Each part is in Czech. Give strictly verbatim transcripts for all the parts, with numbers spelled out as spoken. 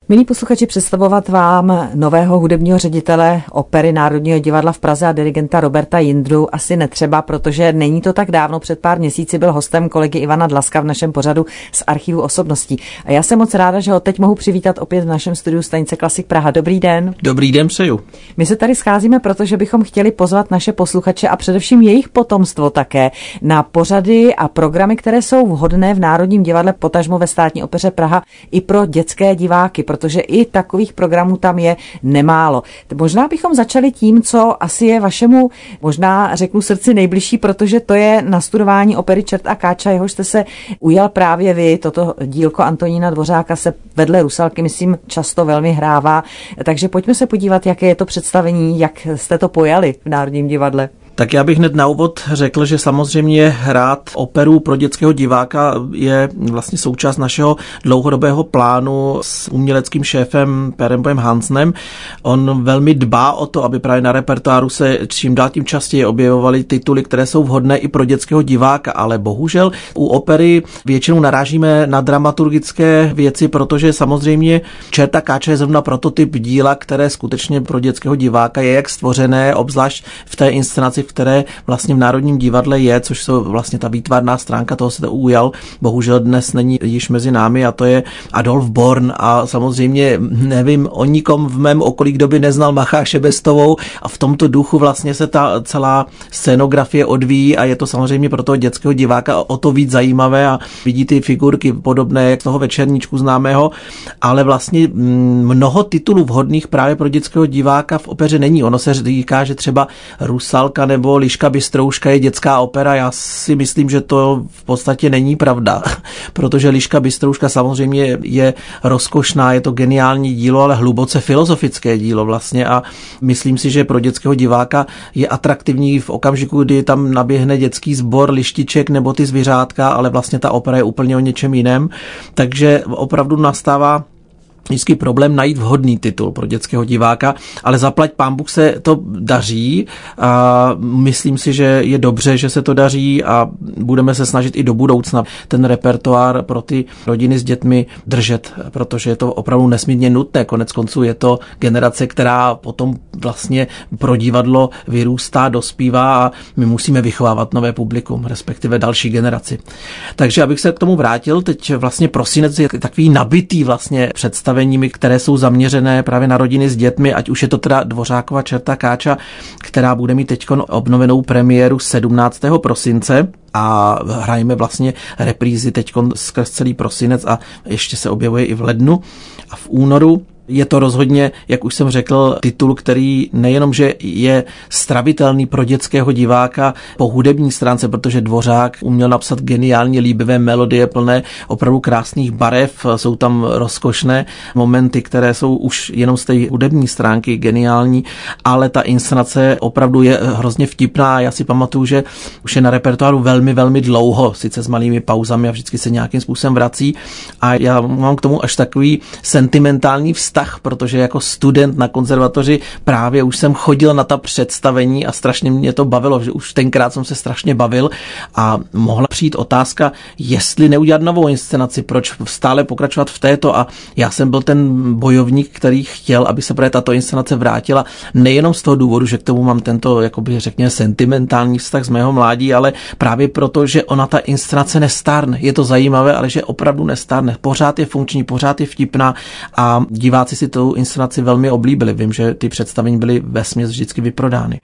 Milí posluchači, představovat vám nového hudebního ředitele Opery Národního divadla v Praze a dirigenta Roberta Jindru asi netřeba, protože není to tak dávno, před pár měsíci byl hostem kolegy Ivana Dlaska v našem pořadu z archivu osobností. A já jsem moc ráda, že ho teď mohu přivítat opět v našem studiu stanice Klasik Praha. Dobrý den. Dobrý den přeju. My se tady scházíme, protože bychom chtěli pozvat naše posluchače a především jejich potomstvo také na pořady a programy, které jsou vhodné v Národním divadle, potažmo ve Státní opeře Praha i pro dětské diváky, protože i takových programů tam je nemálo. Možná bychom začali tím, co asi je vašemu, možná řeknu srdci nejbližší, protože to je nastudování opery Čert a Káča, jehož jste se ujal právě vy. Toto dílko Antonína Dvořáka se vedle Rusalky, myslím, často velmi hrává. Takže pojďme se podívat, jaké je to představení, jak jste to pojali v Národním divadle. Tak já bych hned na úvod řekl, že samozřejmě hrát operu pro dětského diváka je vlastně součást našeho dlouhodobého plánu s uměleckým šéfem Perem Bojem Hansnem. On velmi dbá o to, aby právě na repertoáru se čím dál tím častěji objevovaly tituly, které jsou vhodné i pro dětského diváka, ale bohužel u opery většinou narážíme na dramaturgické věci, protože samozřejmě Čert a Káča je zrovna prototyp díla, které skutečně pro dětského diváka je jak stvořené, obzvlášť v té inscenaci, které vlastně v Národním divadle je, což jsou vlastně ta výtvarná stránka, toho se to ujal. Bohužel dnes není již mezi námi a to je Adolf Born a samozřejmě nevím o nikom v mém okolí, kdo by neznal Macha Šebestovou a v tomto duchu vlastně se ta celá scénografie odvíjí a je to samozřejmě pro toho dětského diváka o to víc zajímavé a vidí ty figurky podobné jak z toho Večerníčku známého, ale vlastně mnoho titulů vhodných právě pro dětského diváka v opeře není. Ono se říká, že třeba Rusalka nebo Liška Bystrouška je dětská opera. Já si myslím, že to v podstatě není pravda, protože Liška Bystrouška samozřejmě je rozkošná, je to geniální dílo, ale hluboce filozofické dílo vlastně a myslím si, že pro dětského diváka je atraktivní v okamžiku, kdy tam naběhne dětský sbor lištiček nebo ty zvířátka, ale vlastně ta opera je úplně o něčem jiném, takže opravdu nastává vždycky problém najít vhodný titul pro dětského diváka, ale zaplať pánbůh se to daří a myslím si, že je dobře, že se to daří a budeme se snažit i do budoucna ten repertoár pro ty rodiny s dětmi držet, protože je to opravdu nesmírně nutné. Konec konců je to generace, která potom vlastně pro divadlo vyrůstá, dospívá a my musíme vychovávat nové publikum, respektive další generaci. Takže abych se k tomu vrátil, teď vlastně prosinec je takový nabitý vlastně představený, které jsou zaměřené právě na rodiny s dětmi, ať už je to teda Dvořákova Čert a Káča, která bude mít teď obnovenou premiéru sedmnáctého prosince a hrajeme vlastně reprízy teď skrz celý prosinec a ještě se objevuje i v lednu a v únoru. Je to rozhodně, jak už jsem řekl, titul, který nejenom, že je stravitelný pro dětského diváka po hudební stránce, protože Dvořák uměl napsat geniálně líbivé melodie plné opravdu krásných barev, jsou tam rozkošné momenty, které jsou už jenom z té hudební stránky geniální, ale ta inscenace opravdu je hrozně vtipná. Já si pamatuju, že už je na repertoáru velmi, velmi dlouho, sice s malými pauzami a vždycky se nějakým způsobem vrací a já mám k tomu až takový sentimentální vztah, protože jako student na konzervatoři právě už jsem chodil na ta představení a strašně mě to bavilo, že už tenkrát jsem se strašně bavil a mohla přijít otázka, jestli neudělat novou inscenaci, proč stále pokračovat v této a já jsem byl ten bojovník, který chtěl, aby se právě tato inscenace vrátila, nejenom z toho důvodu, že k tomu mám tento, jakoby řekněme, sentimentální vztah z mého mládí, ale právě proto, že ona ta inscenace nestárne. Je to zajímavé, ale že opravdu nestárne. Pořád je funkční, pořád je vtipná a diváci si tu inscenaci velmi oblíbili. Vím, že ty představení byly vesměs vždycky vyprodány.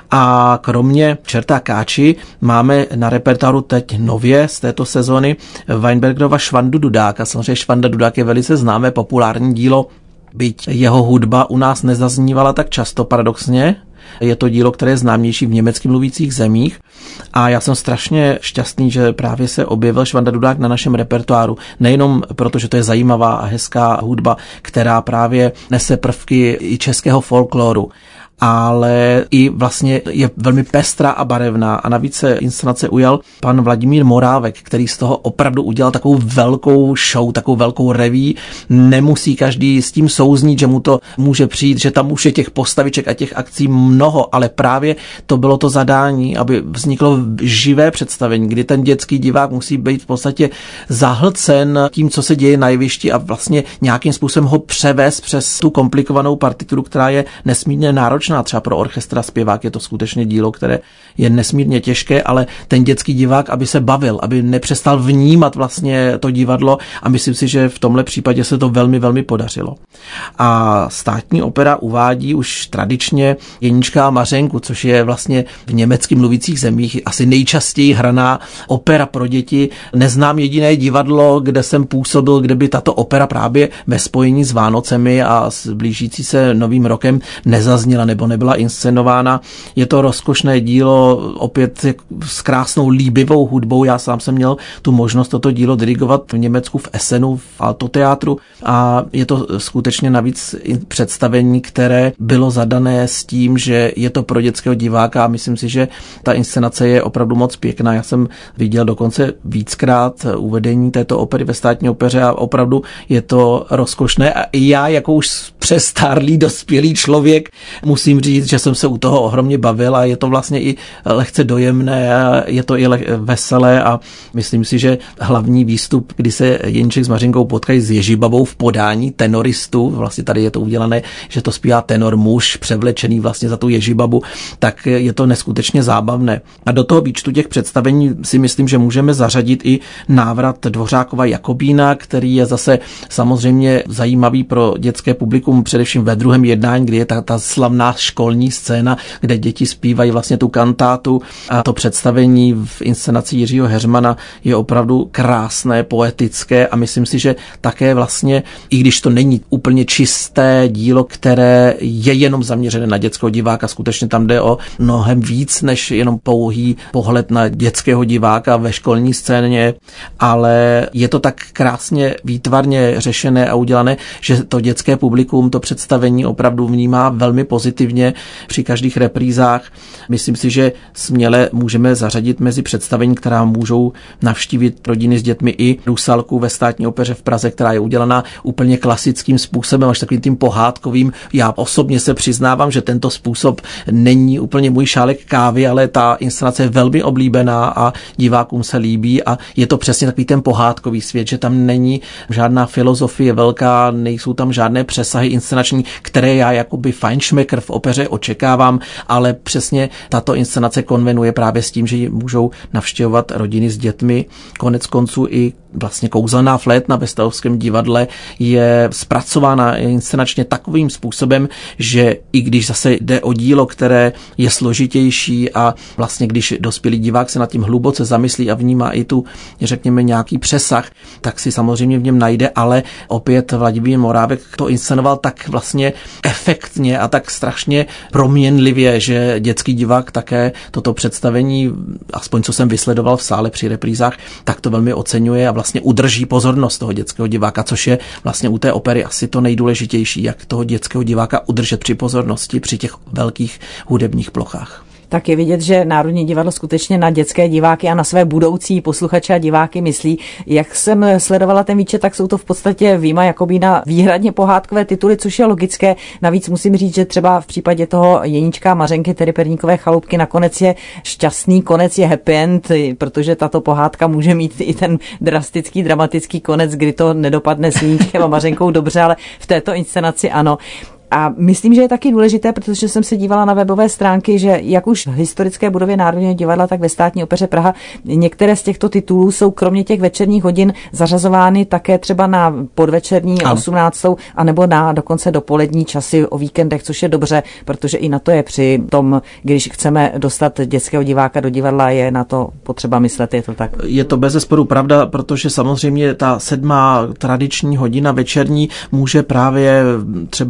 A kromě Čerta a Káči máme na repertoáru teď nově z této sezony Weinbergerova Švandu Dudáka. Samozřejmě Švanda Dudák je velice známé populární dílo, byť jeho hudba u nás nezaznívala tak často paradoxně. Je to dílo, které je známější v německy mluvících zemích a já jsem strašně šťastný, že právě se objevil Švanda Dudák na našem repertoáru. Nejenom proto, že to je zajímavá a hezká hudba, která právě nese prvky i českého folkloru, ale i vlastně je velmi pestrá a barevná a navíc se inscenace ujal pan Vladimír Morávek, který z toho opravdu udělal takovou velkou show, takovou velkou reví. Nemusí každý s tím souznít, že mu to může přijít, že tam už je těch postaviček a těch akcí mnoho, ale právě to bylo to zadání, aby vzniklo živé představení, kdy ten dětský divák musí být v podstatě zahlcen tím, co se děje na jevišti a vlastně nějakým způsobem ho převést přes tu komplikovanou partituru, která je nesmírně náročná. Třeba pro orchestr a zpěvák je to skutečně dílo, které je nesmírně těžké, ale ten dětský divák, aby se bavil, aby nepřestal vnímat vlastně to divadlo a myslím si, že v tomhle případě se to velmi, velmi podařilo. A Státní opera uvádí už tradičně Jeníčka a Mařenku, což je vlastně v německy mluvících zemích asi nejčastěji hraná opera pro děti. Neznám jediné divadlo, kde jsem působil, kde by tato opera právě ve spojení s Vánocemi a s blížící se Novým rokem nezazněla nebo nebyla inscenována. Je to rozkošné dílo, opět s krásnou líbivou hudbou. Já sám jsem měl tu možnost toto dílo dirigovat v Německu v Essenu, v Altoteátru a je to skutečně navíc představení, které bylo zadané s tím, že je to pro dětského diváka a myslím si, že ta inscenace je opravdu moc pěkná. Já jsem viděl dokonce víckrát uvedení této opery ve Státní opeře a opravdu je to rozkošné a i já jako už přestárlý dospělý člověk musím říct, že jsem se u toho ohromně bavil a je to vlastně i lehce dojemné a je to i veselé a myslím si, že hlavní výstup, kdy se Jeníček s Mařenkou potkají s Ježibabou v podání tenoristu, vlastně tady je to udělané, že to zpívá tenor muž převlečený vlastně za tu Ježibabu, tak je to neskutečně zábavné. A do toho výčtu těch představení si myslím, že můžeme zařadit i návrat Dvořákova Jakobína, který je zase samozřejmě zajímavý pro dětské publikum, především ve druhém jednání, kdy je ta, ta slavná školní scéna, kde děti zpívají vlastně tu kantátu a to představení v inscenaci Jiřího Heřmana je opravdu krásné, poetické a myslím si, že také vlastně, i když to není úplně čisté dílo, které je jenom zaměřené na dětského diváka, skutečně tam jde o mnohem víc, než jenom pouhý pohled na dětského diváka ve školní scéně, ale je to tak krásně výtvarně řešené a udělané, že to dětské publikum to představení opravdu vnímá velmi pozitivně při každých reprízách. Myslím si, že směle můžeme zařadit mezi představení, která můžou navštívit rodiny s dětmi i Rusalku ve Státní opeře v Praze, která je udělaná úplně klasickým způsobem, až takovým tím pohádkovým. Já osobně se přiznávám, že tento způsob není úplně můj šálek kávy, ale ta inscenace je velmi oblíbená a divákům se líbí a je to přesně takový ten pohádkový svět, že tam není žádná filozofie velká, nejsou tam žádné přesahy inscenační, které já jakoby fajnšmekr v opeře očekávám, ale přesně tato inscenace konvenuje právě s tím, že ji můžou navštěvovat rodiny s dětmi. Konec konců i vlastně Kouzelná flétna ve Stavovském divadle je zpracována inscenačně takovým způsobem, že i když zase jde o dílo, které je složitější a vlastně když dospělý divák se nad tím hluboce zamyslí a vnímá i tu, řekněme, nějaký přesah, tak si samozřejmě v něm najde, ale opět Vladimír Morávek to inscenoval tak vlastně efektně a tak strašně proměnlivě, že dětský divák také toto představení, aspoň co jsem vysledoval v sále při reprízách, tak to velmi oceňuje a vlastně udrží pozornost toho dětského diváka, což je vlastně u té opery asi to nejdůležitější, jak toho dětského diváka udržet při pozornosti při těch velkých hudebních plochách. Tak je vidět, že Národní divadlo skutečně na dětské diváky a na své budoucí posluchače a diváky myslí. Jak jsem sledovala ten výčet, tak jsou to v podstatě výjima Jakobína výhradně pohádkové tituly, což je logické. Navíc musím říct, že třeba v případě toho Jeníčka a Mařenky, tedy Perníkové chalupky, nakonec je šťastný konec, je happy end, protože tato pohádka může mít i ten drastický, dramatický konec, kdy to nedopadne s Jeníčkem a Mařenkou dobře, ale v této inscenaci ano. A myslím, že je taky důležité, protože jsem se dívala na webové stránky, že jak už v historické budově Národního divadla, tak ve Státní opeře Praha některé z těchto titulů jsou kromě těch večerních hodin zařazovány také třeba na podvečerní osmnáctou a nebo na dokonce dopolední časy o víkendech, což je dobře, protože i na to je při tom, když chceme dostat dětského diváka do divadla, je na to potřeba myslet, je to tak. Je to bezesporu pravda, protože samozřejmě ta sedmá tradiční hodina večerní může právě třeba z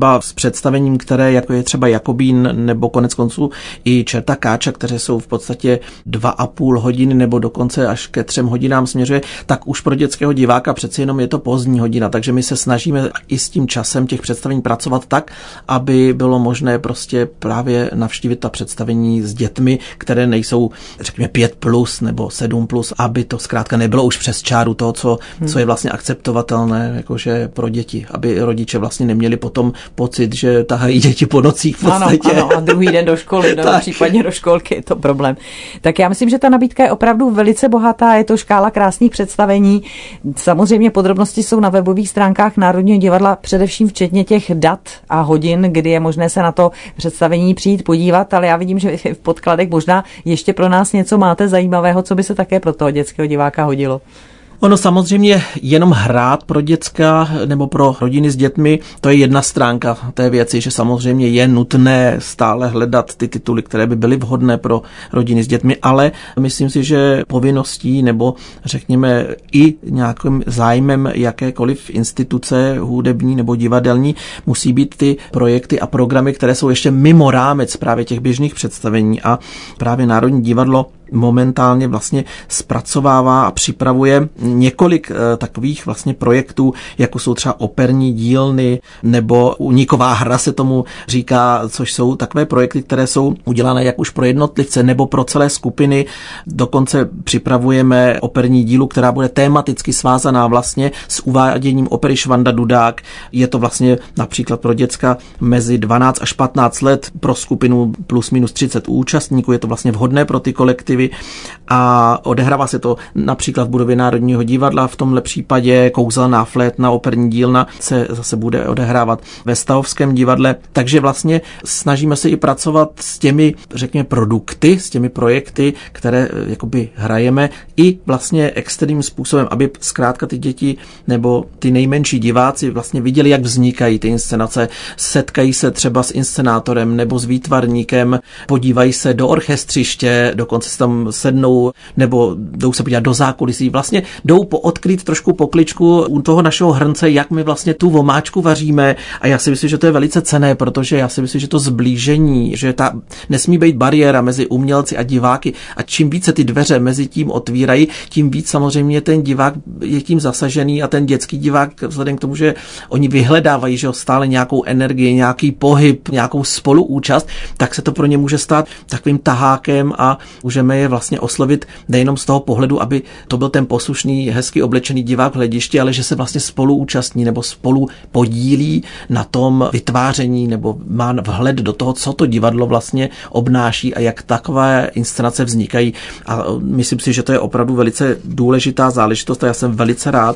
představením, které jako je třeba Jakobín nebo konec konců i Čerta Káča, které jsou v podstatě dva a půl hodiny nebo dokonce až ke třem hodinám směřuje, tak už pro dětského diváka přeci jenom je to pozdní hodina, takže my se snažíme i s tím časem těch představení pracovat tak, aby bylo možné prostě právě navštívit ta představení s dětmi, které nejsou, řekněme, pět plus nebo sedm plus, aby to zkrátka nebylo už přes čáru toho, co, hmm. co je vlastně akceptovatelné, jakože pro děti, aby rodiče vlastně neměli potom pocit, že tahají děti po nocích v podstatě. Ano, ano, a druhý den do školy, no, případně do školky, je to problém. Tak já myslím, že ta nabídka je opravdu velice bohatá, je to škála krásných představení. Samozřejmě podrobnosti jsou na webových stránkách Národního divadla, především včetně těch dat a hodin, kdy je možné se na to představení přijít podívat, ale já vidím, že v podkladech možná ještě pro nás něco máte zajímavého, co by se také pro toho dětského diváka hodilo. Ono samozřejmě jenom hrát pro děcka nebo pro rodiny s dětmi, to je jedna stránka té věci, že samozřejmě je nutné stále hledat ty tituly, které by byly vhodné pro rodiny s dětmi, ale myslím si, že povinností nebo řekněme i nějakým zájmem jakékoliv instituce hudební nebo divadelní musí být ty projekty a programy, které jsou ještě mimo rámec právě těch běžných představení a právě Národní divadlo momentálně vlastně zpracovává a připravuje několik e, takových vlastně projektů, jako jsou třeba operní dílny nebo Uniková hra se tomu říká, což jsou takové projekty, které jsou udělané jak už pro jednotlivce nebo pro celé skupiny. Dokonce připravujeme operní dílu, která bude tematicky svázaná vlastně s uváděním opery Švanda Dudák. Je to vlastně například pro děcka mezi dvanáct až patnáct let, pro skupinu plus minus třicet účastníků, je to vlastně vhodné pro ty kolektivy a odehrává se to například v budově Národního divadla, v tomhle případě Kouzelná flétna, operní dílna se zase bude odehrávat ve Stavovském divadle, takže vlastně snažíme se i pracovat s těmi, řekněme, produkty, s těmi projekty, které jakoby hrajeme i vlastně extrémním způsobem, aby zkrátka ty děti nebo ty nejmenší diváci vlastně viděli, jak vznikají ty inscenace, setkají se třeba s inscenátorem nebo s výtvarníkem, podívají se do orchestřiště, dokonce se tam sednou nebo jdou se podívat do zákulisí, vlastně jdou po odkryt trošku pokličku u toho našeho hrnce, jak my vlastně tu vomáčku vaříme a já si myslím, že to je velice cenné, protože já si myslím, že to zblížení, že ta nesmí být bariéra mezi umělci a diváky a čím více ty dveře mezi tím otvírají, tím víc samozřejmě ten divák je tím zasažený a ten dětský divák vzhledem k tomu, že oni vyhledávají, že stále nějakou energii, nějaký pohyb, nějakou spoluúčast, tak se to pro ně může stát takovým tahákem a můžeme je vlastně oslovit nejenom z toho pohledu, aby to byl ten poslušný, hezky oblečený divák v hledišti, ale že se vlastně spolu účastní nebo spolu podílí na tom vytváření nebo má vhled do toho, co to divadlo vlastně obnáší a jak takové inscenace vznikají. A myslím si, že to je opravdu velice důležitá záležitost a já jsem velice rád,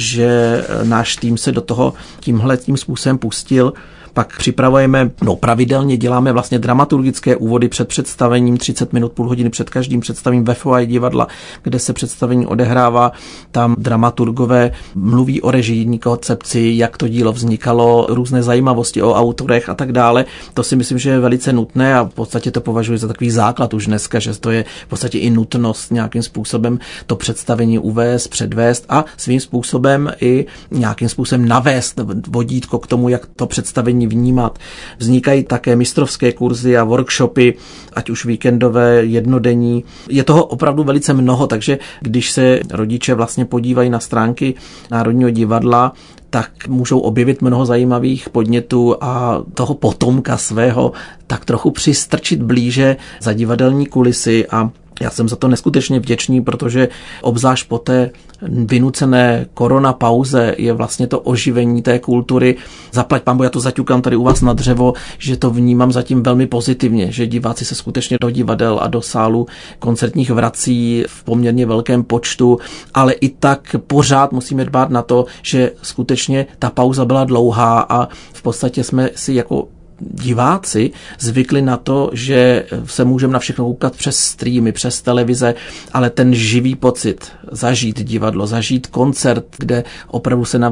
že náš tým se do toho tímhle tím způsobem pustil. Pak připravujeme, no pravidelně děláme vlastně dramaturgické úvody před představením, třicet minut, půl hodiny před každým představením ve foyer divadla, kde se představení odehrává. Tam dramaturgové mluví o režijní koncepci, jak to dílo vznikalo, různé zajímavosti o autorech a tak dále. To si myslím, že je velice nutné a v podstatě to považuji za takový základ už dneska, že to je v podstatě i nutnost nějakým způsobem to představení uvést, předvést a svým způsobem i nějakým způsobem navést vodítko k tomu, jak to představení vnímat. Vznikají také mistrovské kurzy a workshopy, ať už víkendové, jednodenní. Je toho opravdu velice mnoho, takže když se rodiče vlastně podívají na stránky Národního divadla, tak můžou objevit mnoho zajímavých podnětů a toho potomka svého tak trochu přistrčit blíže za divadelní kulisy a já jsem za to neskutečně vděčný, protože obzvlášť po té vynucené korona pauze je vlastně to oživení té kultury. Zaplať pánbůh, já to zaťukám tady u vás na dřevo, že to vnímám zatím velmi pozitivně, že diváci se skutečně do divadel a do sálu koncertních vrací v poměrně velkém počtu, ale i tak pořád musíme dbát na to, že skutečně ta pauza byla dlouhá a v podstatě jsme si jako diváci zvykli na to, že se můžeme na všechno koukat přes streamy, přes televize, ale ten živý pocit, zažít divadlo, zažít koncert, kde opravdu se na vás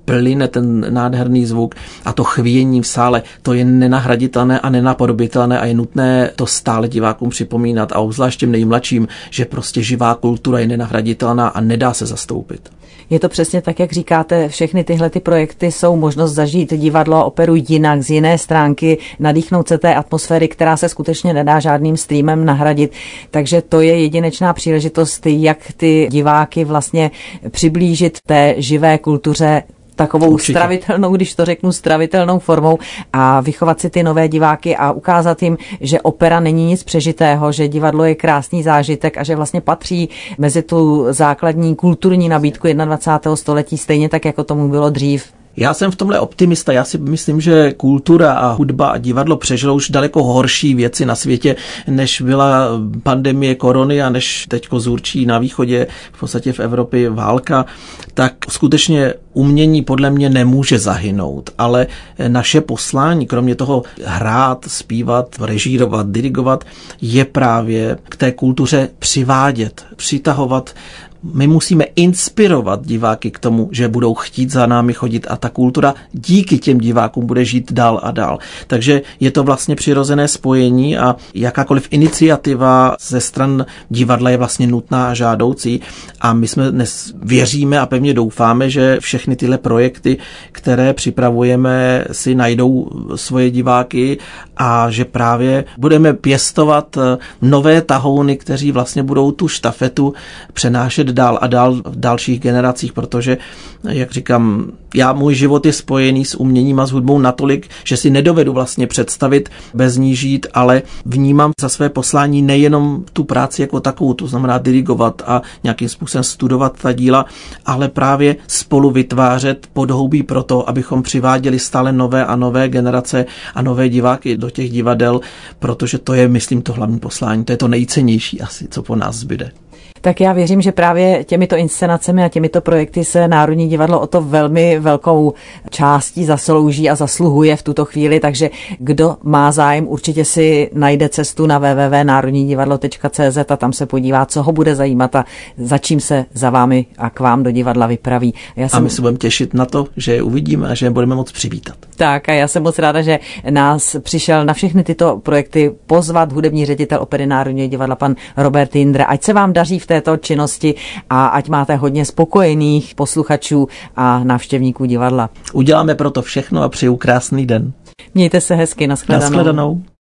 plyne ten nádherný zvuk a to chvění v sále, to je nenahraditelné a nenapodobitelné a je nutné to stále divákům připomínat a obzvlášť těm nejmladším, že prostě živá kultura je nenahraditelná a nedá se zastoupit. Je to přesně tak, jak říkáte, všechny tyhle ty projekty jsou možnost zažít divadlo a operu jinak, z jiné stránky, nadýchnout se té atmosféry, která se skutečně nedá žádným streamem nahradit. Takže to je jedinečná příležitost, jak ty diváky vlastně přiblížit té živé kultuře takovou Určitě. stravitelnou, když to řeknu, stravitelnou formou a vychovat si ty nové diváky a ukázat jim, že opera není nic přežitého, že divadlo je krásný zážitek a že vlastně patří mezi tu základní kulturní nabídku dvacátého prvního století, stejně tak, jako tomu bylo dřív. Já jsem v tomhle optimista. Já si myslím, že kultura a hudba a divadlo přežilo už daleko horší věci na světě, než byla pandemie korony a než teďko zůrčí na východě, v podstatě v Evropě válka, tak skutečně umění podle mě nemůže zahynout, ale naše poslání, kromě toho hrát, zpívat, režírovat, dirigovat, je právě k té kultuře přivádět, přitahovat. My musíme inspirovat diváky k tomu, že budou chtít za námi chodit a ta kultura díky těm divákům bude žít dál a dál. Takže je to vlastně přirozené spojení a jakákoliv iniciativa ze stran divadla je vlastně nutná a žádoucí a my jsme dnes věříme a pevně doufáme, že všechny tyhle projekty, které připravujeme, si najdou svoje diváky a že právě budeme pěstovat nové tahouny, kteří vlastně budou tu štafetu přenášet dál a dál v dalších generacích, protože, jak říkám, já, můj život je spojený s uměním a s hudbou natolik, že si nedovedu vlastně představit bez ní žít, ale vnímám za své poslání nejenom tu práci jako takovou, to znamená dirigovat a nějakým způsobem studovat ta díla, ale právě spolu vytvářet podhoubí pro to, abychom přiváděli stále nové a nové generace a nové diváky do těch divadel, protože to je, myslím, to hlavní poslání, to je to nejcennější asi, co po nás zbyde. Tak já věřím, že právě těmito inscenacemi a těmito projekty se Národní divadlo o to velmi velkou částí zaslouží a zasluhuje v tuto chvíli, takže kdo má zájem, určitě si najde cestu na w w w tečka národní divadlo tečka c z a tam se podívá, co ho bude zajímat a za čím se za vámi a k vám do divadla vypraví. Já jsem... A my se budeme těšit na to, že je uvidíme a že je budeme moc přivítat. Tak a já jsem moc ráda, že nás přišel na všechny tyto projekty pozvat hudební ředitel Opery Národního divadla pan Robert Jindra. Ať se vám daří v této činnosti a ať máte hodně spokojených posluchačů a návštěvníků divadla. Uděláme proto všechno a přeju krásný den. Mějte se hezky, nashledanou. Nashledanou.